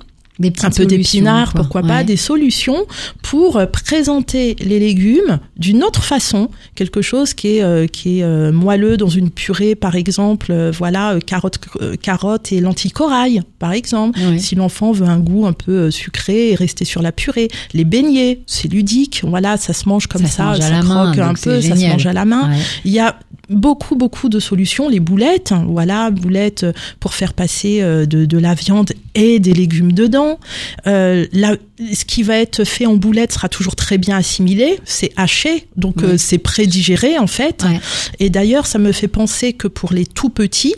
Des petites un peu d'épinards, quoi. pourquoi Ouais. pas, des solutions pour euh, présenter les légumes d'une autre façon, quelque chose qui est euh, qui est euh, moelleux dans une purée, par exemple, euh, voilà, euh, carottes euh, carottes et lentilles corail, par exemple. Ouais. Si l'enfant veut un goût un peu euh, sucré et rester sur la purée, les beignets, c'est ludique, voilà, ça se mange comme Ça se ça, mange à ça la main, croque un donc peu, c'est ça se génial. mange à la main. Ouais. Il y a beaucoup beaucoup de solutions, les boulettes, hein, voilà, boulettes euh, pour faire passer euh, de de la viande et des légumes dedans. Euh, là, ce qui va être fait en boulettes sera toujours très bien assimilé, c'est haché, donc Oui. euh, c'est prédigéré en fait. Ouais. Et d'ailleurs, ça me fait penser que pour les tout petits,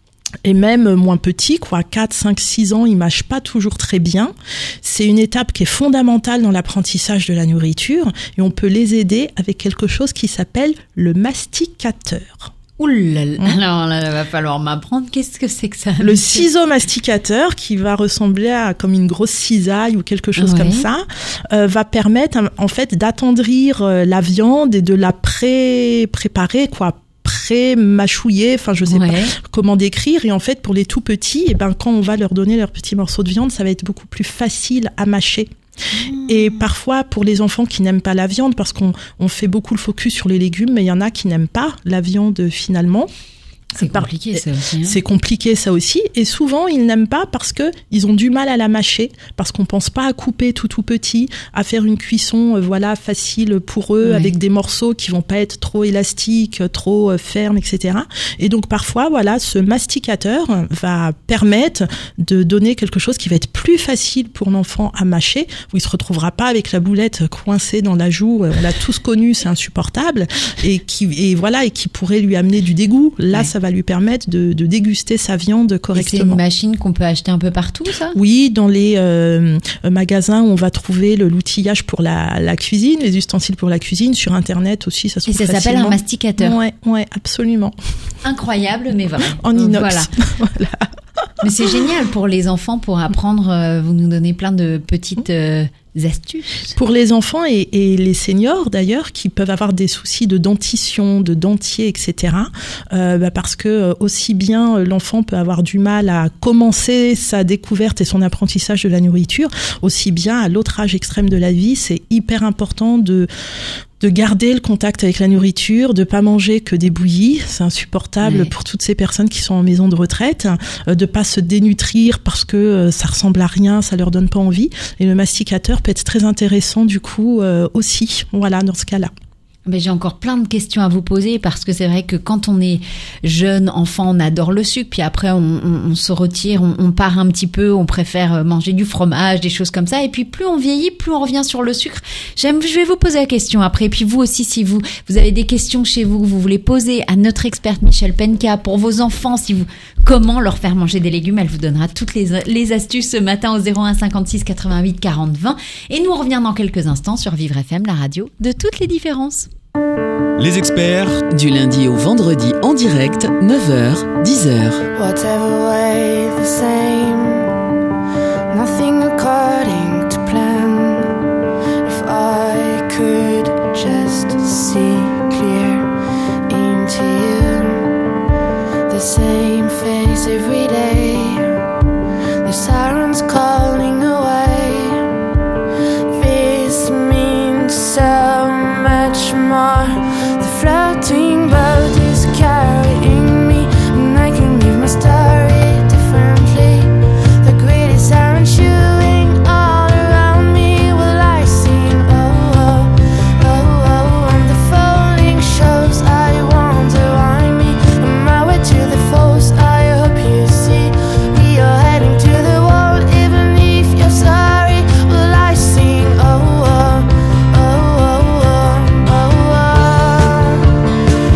et même moins petits, quoi, quatre, cinq, six ans, ils mâchent pas toujours très bien. C'est une étape qui est fondamentale dans l'apprentissage de la nourriture et on peut les aider avec quelque chose qui s'appelle le masticateur. Ouh là là. Hein Alors là, il va falloir m'apprendre. Qu'est-ce que c'est que ça? Le ciseau masticateur, qui va ressembler à comme une grosse cisaille ou quelque chose Ouais. comme ça, euh, va permettre en fait d'attendrir euh, la viande et de la pré préparer, quoi, pré-mâchouiller, enfin je sais Ouais. pas comment décrire. Et en fait, pour les tout petits, et ben quand on va leur donner leurs petits morceaux de viande, ça va être beaucoup plus facile à mâcher. Et parfois, pour les enfants qui n'aiment pas la viande, parce qu'on on fait beaucoup le focus sur les légumes, mais il y en a qui n'aiment pas la viande finalement. C'est Par- compliqué ça aussi. Hein. C'est compliqué ça aussi, et souvent ils n'aiment pas parce que ils ont du mal à la mâcher, parce qu'on pense pas à couper tout tout petit, à faire une cuisson euh, voilà facile pour eux, Ouais. avec des morceaux qui vont pas être trop élastiques, euh, trop euh, fermes, et cetera. Et donc parfois voilà, ce masticateur va permettre de donner quelque chose qui va être plus facile pour l'enfant à mâcher, où il se retrouvera pas avec la boulette coincée dans la joue. On l'a tous connu, c'est insupportable, et qui et voilà et qui pourrait lui amener du dégoût. Là, Ouais. ça va lui permettre de, de déguster sa viande Et c'est une correctement. machine qu'on peut acheter un peu partout, ça? Oui, dans les euh, magasins où on va trouver le, l'outillage pour la, la cuisine, les ustensiles pour la cuisine, sur Internet aussi, ça se Et trouve ça s'appelle un facilement. masticateur. Ouais, ouais, absolument. Incroyable, mais vrai. En inox. Voilà. Voilà. Mais c'est génial pour les enfants, pour apprendre. euh, Vous nous donnez plein de petites euh, astuces. Pour les enfants et, et les seniors d'ailleurs, qui peuvent avoir des soucis de dentition, de dentier, et cetera. Euh, bah parce que euh, aussi bien euh, l'enfant peut avoir du mal à commencer sa découverte et son apprentissage de la nourriture, aussi bien à l'autre âge extrême de la vie, c'est hyper important de de garder le contact avec la nourriture, de pas manger que des bouillies, c'est insupportable Ouais. pour toutes ces personnes qui sont en maison de retraite, euh, de pas se dénutrir parce que euh, ça ressemble à rien, ça leur donne pas envie. Et le masticateur peut être très intéressant du coup euh, aussi, voilà, dans ce cas-là. Ben, j'ai encore plein de questions à vous poser parce que c'est vrai que quand on est jeune, enfant, on adore le sucre, puis après on, on, on se retire, on, on part un petit peu, on préfère manger du fromage, des choses comme ça, et puis plus on vieillit, plus on revient sur le sucre. J'aime, je vais vous poser la question après, et puis vous aussi, si vous, vous avez des questions chez vous que vous voulez poser à notre experte Michel Penka pour vos enfants, si vous, comment leur faire manger des légumes, elle vous donnera toutes les, les astuces ce matin au zéro un cinquante-six quatre-vingt-huit quarante vingt, et nous on revient dans quelques instants sur Vivre F M, la radio de toutes les différences. Les experts Du lundi au vendredi en direct, neuf heures, dix heures. Whatever way, the same. Nothing according to plan. If I could just see clear into you, the same face every day. The sirens calling away. This means so much more. The floating boat is carrying me, and I can leave my story differently. The greedy siren chewing all around me. Will I sing? Oh, oh, oh, oh. And the falling shows I wonder why me. On my way to the falls, I hope you see. We are heading to the wall, even if you're sorry. Will I sing? Oh, oh, oh, oh, oh, oh, oh.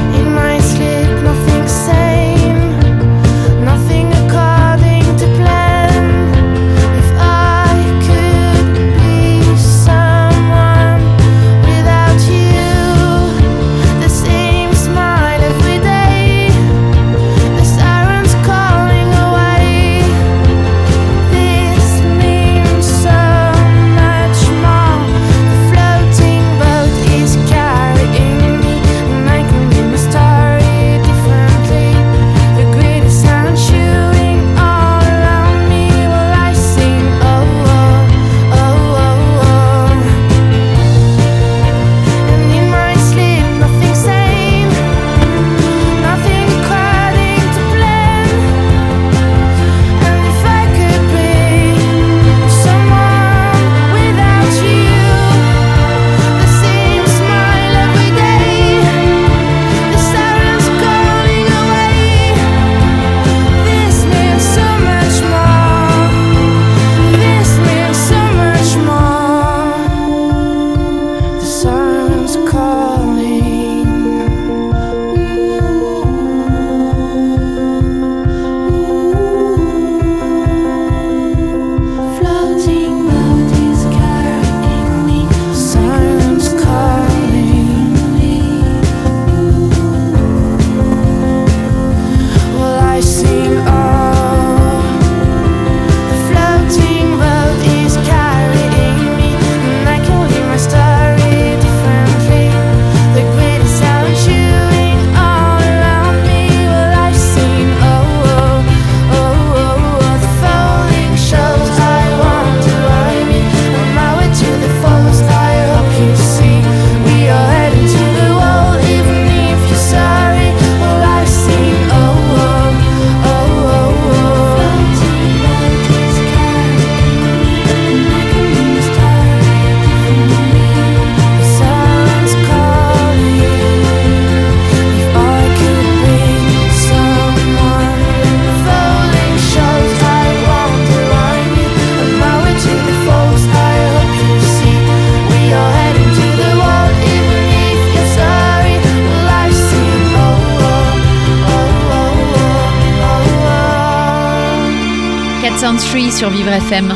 Pet Century sur Vivre F M.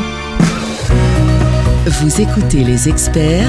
Vous écoutez Les Experts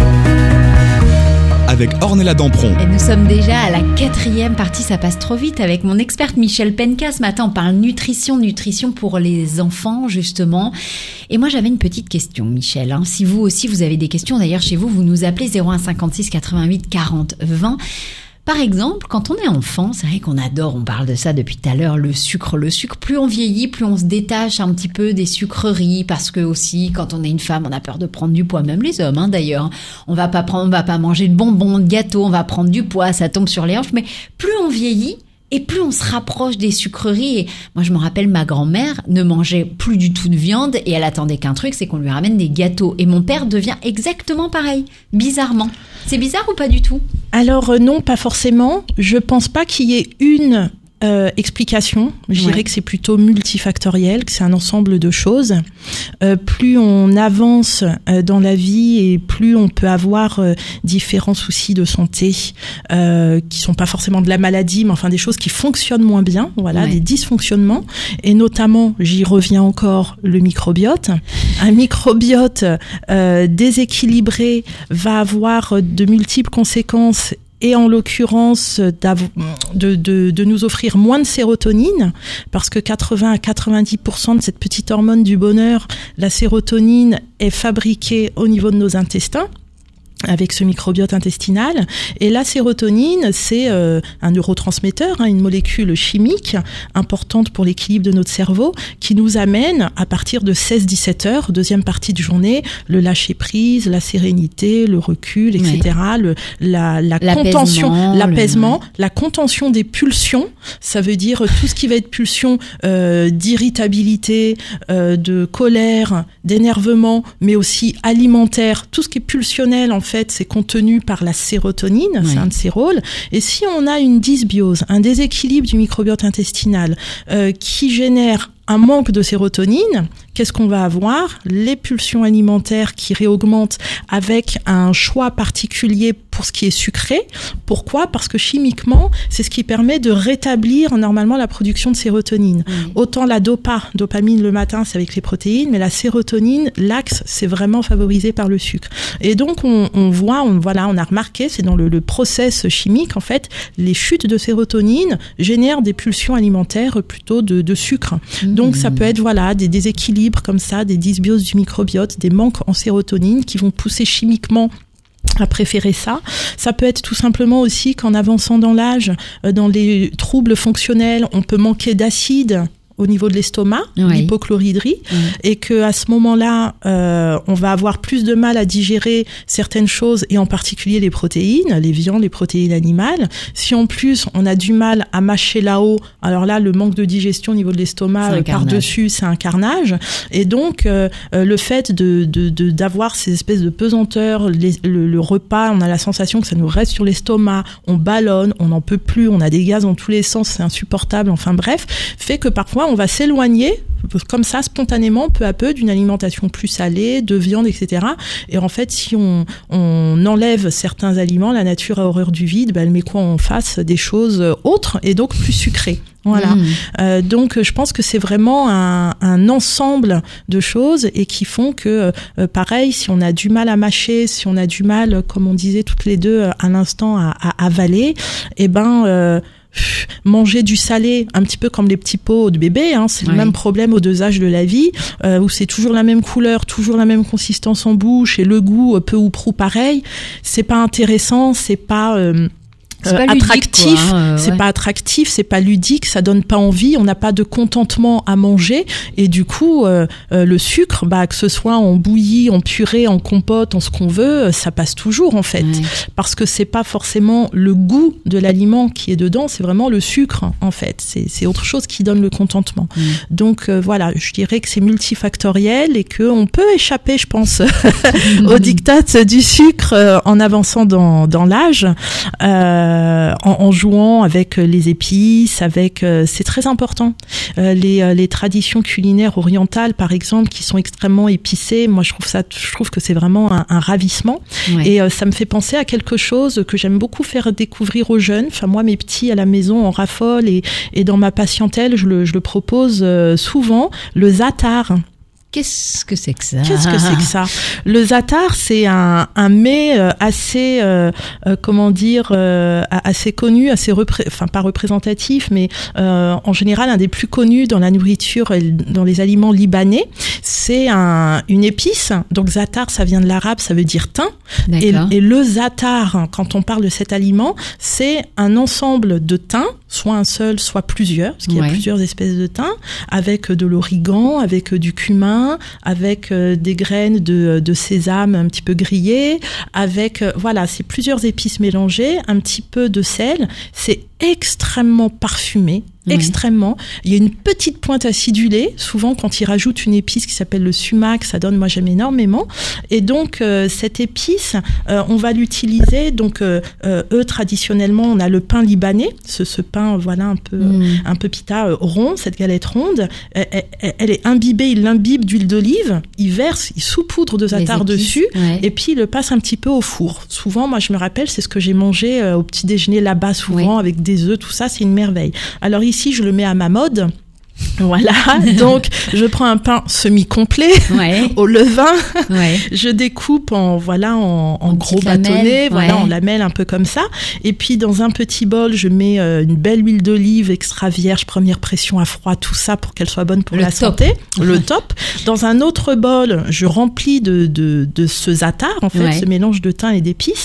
avec Ornella Dampron. Et nous sommes déjà à la quatrième partie, ça passe trop vite, avec mon experte Michel Penka. Ce matin, on parle nutrition, nutrition pour les enfants, justement. Et moi, j'avais une petite question, Michel. Hein. Si vous aussi, vous avez des questions, d'ailleurs, chez vous, vous nous appelez zéro un cinquante-six quatre-vingt-huit quarante vingt. Par exemple, quand on est enfant, c'est vrai qu'on adore, on parle de ça depuis tout à l'heure, le sucre. Le sucre, plus on vieillit, plus on se détache un petit peu des sucreries, parce que aussi, quand on est une femme, on a peur de prendre du poids, même les hommes, hein, d'ailleurs. On va pas prendre, on va pas manger de bonbons, de gâteaux, on va prendre du poids, ça tombe sur les hanches. Mais plus on vieillit, et plus on se rapproche des sucreries. Et moi, je me rappelle, ma grand-mère ne mangeait plus du tout de viande et elle attendait qu'un truc, c'est qu'on lui ramène des gâteaux. Et mon père devient exactement pareil, bizarrement. C'est bizarre ou pas du tout ? Alors euh, non, pas forcément. Je pense pas qu'il y ait une euh, explication. Je Ouais. dirais que c'est plutôt multifactoriel, que c'est un ensemble de choses. Euh, plus on avance euh, dans la vie et plus on peut avoir euh, différents soucis de santé euh, qui sont pas forcément de la maladie, mais enfin des choses qui fonctionnent moins bien, voilà, Ouais. des dysfonctionnements. Et notamment, j'y reviens encore, le microbiote. Un microbiote euh, déséquilibré va avoir de multiples conséquences, et en l'occurrence d'av- de, de, de nous offrir moins de sérotonine, parce que quatre-vingts à quatre-vingt-dix pour cent de cette petite hormone du bonheur, la sérotonine, est fabriquée au niveau de nos intestins, avec ce microbiote intestinal. Et la sérotonine, c'est euh, un neurotransmetteur, hein, une molécule chimique importante pour l'équilibre de notre cerveau, qui nous amène, à partir de seize à dix-sept heures, deuxième partie de journée, le lâcher-prise, la sérénité, le recul, et cetera. Le, la, la L'apaisement, contention, le- l'apaisement, la contention des pulsions. Ça veut dire tout ce qui va être pulsion euh, d'irritabilité, euh, de colère, d'énervement, mais aussi alimentaire. Tout ce qui est pulsionnel, en fait, c'est contenu par la sérotonine, Oui. c'est un de ses rôles. Et si on a une dysbiose, un déséquilibre du microbiote intestinal euh, qui génère un manque de sérotonine, qu'est-ce qu'on va avoir ? Les pulsions alimentaires qui réaugmentent avec un choix particulier pour ce qui est sucré. Pourquoi ? Parce que chimiquement, c'est ce qui permet de rétablir normalement la production de sérotonine. Oui. Autant la dopa, dopamine le matin, c'est avec les protéines, mais la sérotonine, l'axe, c'est vraiment favorisé par le sucre. Et donc, on, on voit, on, voilà, on a remarqué, c'est dans le, le process chimique, en fait, les chutes de sérotonine génèrent des pulsions alimentaires plutôt de, de sucre. Donc, ça peut être, voilà, des déséquilibres comme ça, des dysbioses du microbiote, des manques en sérotonine qui vont pousser chimiquement à préférer ça. Ça peut être tout simplement aussi qu'en avançant dans l'âge, euh, dans les troubles fonctionnels, on peut manquer d'acide au niveau de l'estomac, Oui. l'hypochloridrie, Oui. et que à ce moment-là, euh, on va avoir plus de mal à digérer certaines choses, et en particulier les protéines, les viandes, les protéines animales. Si en plus on a du mal à mâcher là-haut, alors là, le manque de digestion au niveau de l'estomac C'est un euh, carnage. par-dessus, c'est un carnage. Et donc, euh, euh, le fait de, de, de d'avoir ces espèces de pesanteurs, les, le, le repas, on a la sensation que ça nous reste sur l'estomac, on ballonne, on n'en peut plus, on a des gaz dans tous les sens, c'est insupportable. Enfin bref, fait que parfois on va s'éloigner comme ça spontanément, peu à peu, d'une alimentation plus salée, de viande, et cetera. Et en fait, si on, on enlève certains aliments, la nature a horreur du vide, ben elle met quoi en face ? Des choses autres et donc plus sucrées. Voilà. Mmh. Euh, donc, je pense que c'est vraiment un, un ensemble de choses et qui font que, euh, pareil, si on a du mal à mâcher, si on a du mal, comme on disait toutes les deux à l'instant, à, à avaler, eh ben euh, manger du salé, un petit peu comme les petits pots de bébé, hein, c'est Oui. le même problème aux deux âges de la vie, euh, où c'est toujours la même couleur, toujours la même consistance en bouche et le goût peu ou prou pareil. C'est pas intéressant, c'est pas euh, C'est euh, pas ludique, attractif, quoi, hein, euh, c'est ouais. pas attractif, c'est pas ludique, ça donne pas envie, on n'a pas de contentement à manger, et du coup euh, euh, le sucre, bah que ce soit en bouillie, en purée, en compote, en ce qu'on veut, ça passe toujours en fait, Ouais. parce que c'est pas forcément le goût de l'aliment qui est dedans, c'est vraiment le sucre en fait, c'est c'est autre chose qui donne le contentement. Mm. Donc euh, voilà, je dirais que c'est multifactoriel et que on peut échapper, je pense, aux diktats du sucre euh, en avançant dans dans l'âge. Euh, euh, en, en jouant avec les épices, avec euh, c'est très important. Euh, les, euh, les traditions culinaires orientales, par exemple, qui sont extrêmement épicées, moi je trouve ça, je trouve que c'est vraiment un, un ravissement. Ouais. Et euh, ça me fait penser à quelque chose que j'aime beaucoup faire découvrir aux jeunes. Enfin moi, mes petits à la maison en raffolent et, et dans ma patientèle, je le, je le propose euh, souvent, le za'atar. Qu'est-ce que c'est que ça ? Qu'est-ce que c'est que ça ? Le za'atar, c'est un, un mets assez, euh, euh, comment dire, euh, assez connu, assez repré- enfin pas représentatif, mais euh, en général un des plus connus dans la nourriture, dans les aliments libanais. C'est un, une épice. Donc za'atar, ça vient de l'arabe, ça veut dire thym. Et, et le za'atar, quand on parle de cet aliment, c'est un ensemble de thym, soit un seul, soit plusieurs, parce qu'il ouais. y a plusieurs espèces de thym, avec de l'origan, avec du cumin, avec euh, des graines de, de sésame un petit peu grillées, avec, euh, voilà, c'est plusieurs épices mélangées, un petit peu de sel, c'est extrêmement parfumé, oui. extrêmement. Il y a une petite pointe acidulée, souvent quand ils rajoutent une épice qui s'appelle le sumac, ça donne, moi j'aime énormément. Et donc euh, cette épice, euh, on va l'utiliser, donc euh, euh, eux traditionnellement on a le pain libanais, ce, ce pain voilà un peu, mm. un peu pita euh, rond, cette galette ronde, elle, elle, elle est imbibée, il l'imbibe d'huile d'olive, il verse, il saupoudre de za'atar dessus, ouais. et puis il le passe un petit peu au four. Souvent, moi je me rappelle, c'est ce que j'ai mangé euh, au petit déjeuner là-bas souvent, oui. avec des des œufs, tout ça, c'est une merveille. Alors ici, je le mets à ma mode. Voilà, donc je prends un pain semi-complet ouais. au levain, ouais. je découpe en voilà en, en gros bâtonnets, voilà ouais. en lamelles un peu comme ça, et puis dans un petit bol je mets euh, une belle huile d'olive extra vierge, première pression à froid, tout ça pour qu'elle soit bonne pour le la top. santé, le top. Dans un autre bol, je remplis de de, de ce za'atar en fait, ouais. ce mélange de thym et d'épices.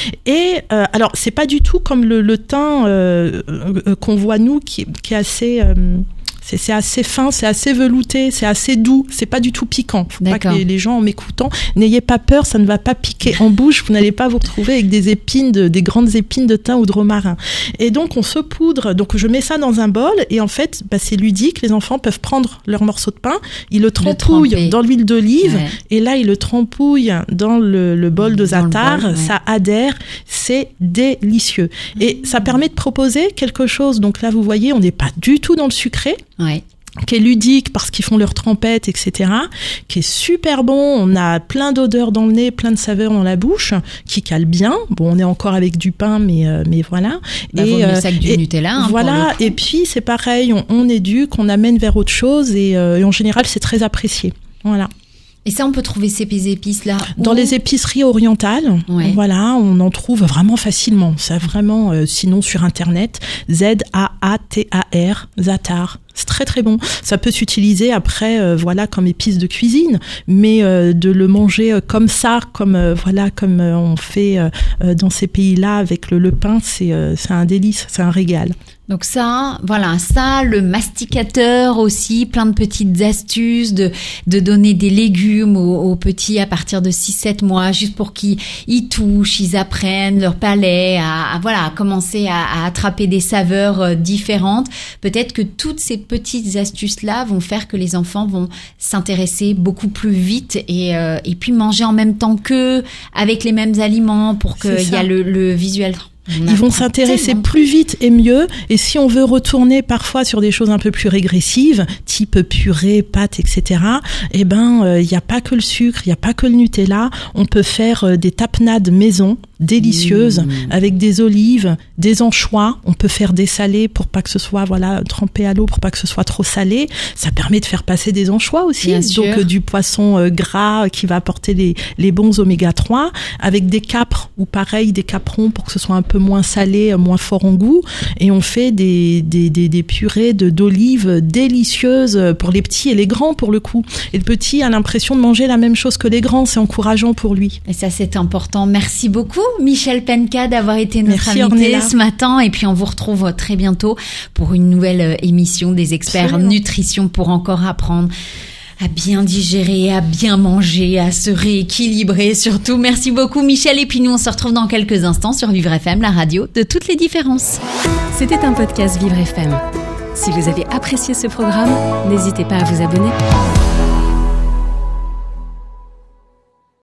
Et euh, alors c'est pas du tout comme le, le thym euh, euh, qu'on voit nous qui, qui est assez euh, C'est, c'est assez fin, c'est assez velouté, c'est assez doux, c'est pas du tout piquant. Faut D'accord. pas que les, les gens en m'écoutant, n'ayez pas peur, ça ne va pas piquer en bouche, vous n'allez pas vous retrouver avec des épines, de, des grandes épines de thym ou de romarin. Et donc on saupoudre, donc je mets ça dans un bol et en fait bah, c'est ludique, les enfants peuvent prendre leur morceau de pain, ils le trempouillent le dans l'huile d'olive ouais. et là ils le trempouillent dans le, le bol de za'atar, bol, ouais. ça adhère, c'est délicieux. Et ça permet de proposer quelque chose, donc là vous voyez on n'est pas du tout dans le sucré, ouais. qui est ludique parce qu'ils font leur trempette, et cetera, qui est super bon, on a plein d'odeurs dans le nez, plein de saveurs dans la bouche, qui cale bien. Bon, on est encore avec du pain, mais euh, mais voilà. Bah, et euh, ça que du et, Nutella. Hein, voilà. Et puis c'est pareil, on, on éduque, on amène vers autre chose, et, euh, et en général c'est très apprécié. Voilà. Et ça, on peut trouver ces épices-là dans les épiceries orientales. Ouais. Voilà, on en trouve vraiment facilement. Ça vraiment, euh, sinon sur Internet, Z A A T A R, za'atar. C'est très très bon. Ça peut s'utiliser après, euh, voilà, comme épice de cuisine, mais euh, de le manger euh, comme ça, comme euh, voilà, comme euh, on fait euh, dans ces pays-là avec le, le pain, c'est euh, c'est un délice, c'est un régal. Donc ça, voilà, ça, le masticateur aussi, plein de petites astuces de de donner des légumes aux, aux petits à partir de six sept mois, juste pour qu'ils ils touchent, ils apprennent leur palais à, à voilà, à commencer à, à attraper des saveurs euh, différentes. Peut-être que toutes ces petites astuces-là vont faire que les enfants vont s'intéresser beaucoup plus vite et euh, et puis manger en même temps qu'eux, avec les mêmes aliments pour qu'il y a le, le visuel. Ils vont s'intéresser tellement. plus vite et mieux. Et si on veut retourner parfois sur des choses un peu plus régressives, type purée, pâtes, et cetera, eh ben, il euh, n'y a pas que le sucre, il n'y a pas que le Nutella. On peut faire euh, des tapenades maison délicieuses mmh. avec des olives, des anchois. On peut faire des salés pour pas que ce soit voilà trempé à l'eau pour pas que ce soit trop salé. Ça permet de faire passer des anchois aussi. Bien Donc euh, du poisson euh, gras qui va apporter les les bons oméga trois avec des capres ou pareil des caprons pour que ce soit un peu moins salé, moins fort en goût. Et on fait des des des, des purées de d'olives délicieuses pour les petits et les grands pour le coup. Et le petit a l'impression de manger la même chose que les grands. C'est encourageant pour lui. Et ça c'est important. Merci beaucoup. Michel Penka d'avoir été notre Merci invité Ornella. ce matin et puis on vous retrouve très bientôt pour une nouvelle émission des experts Absolument. nutrition pour encore apprendre à bien digérer, à bien manger, à se rééquilibrer surtout. Merci beaucoup Michel et puis nous on se retrouve dans quelques instants sur Vivre F M, la radio de toutes les différences. C'était un podcast Vivre F M. Si vous avez apprécié ce programme, n'hésitez pas à vous abonner.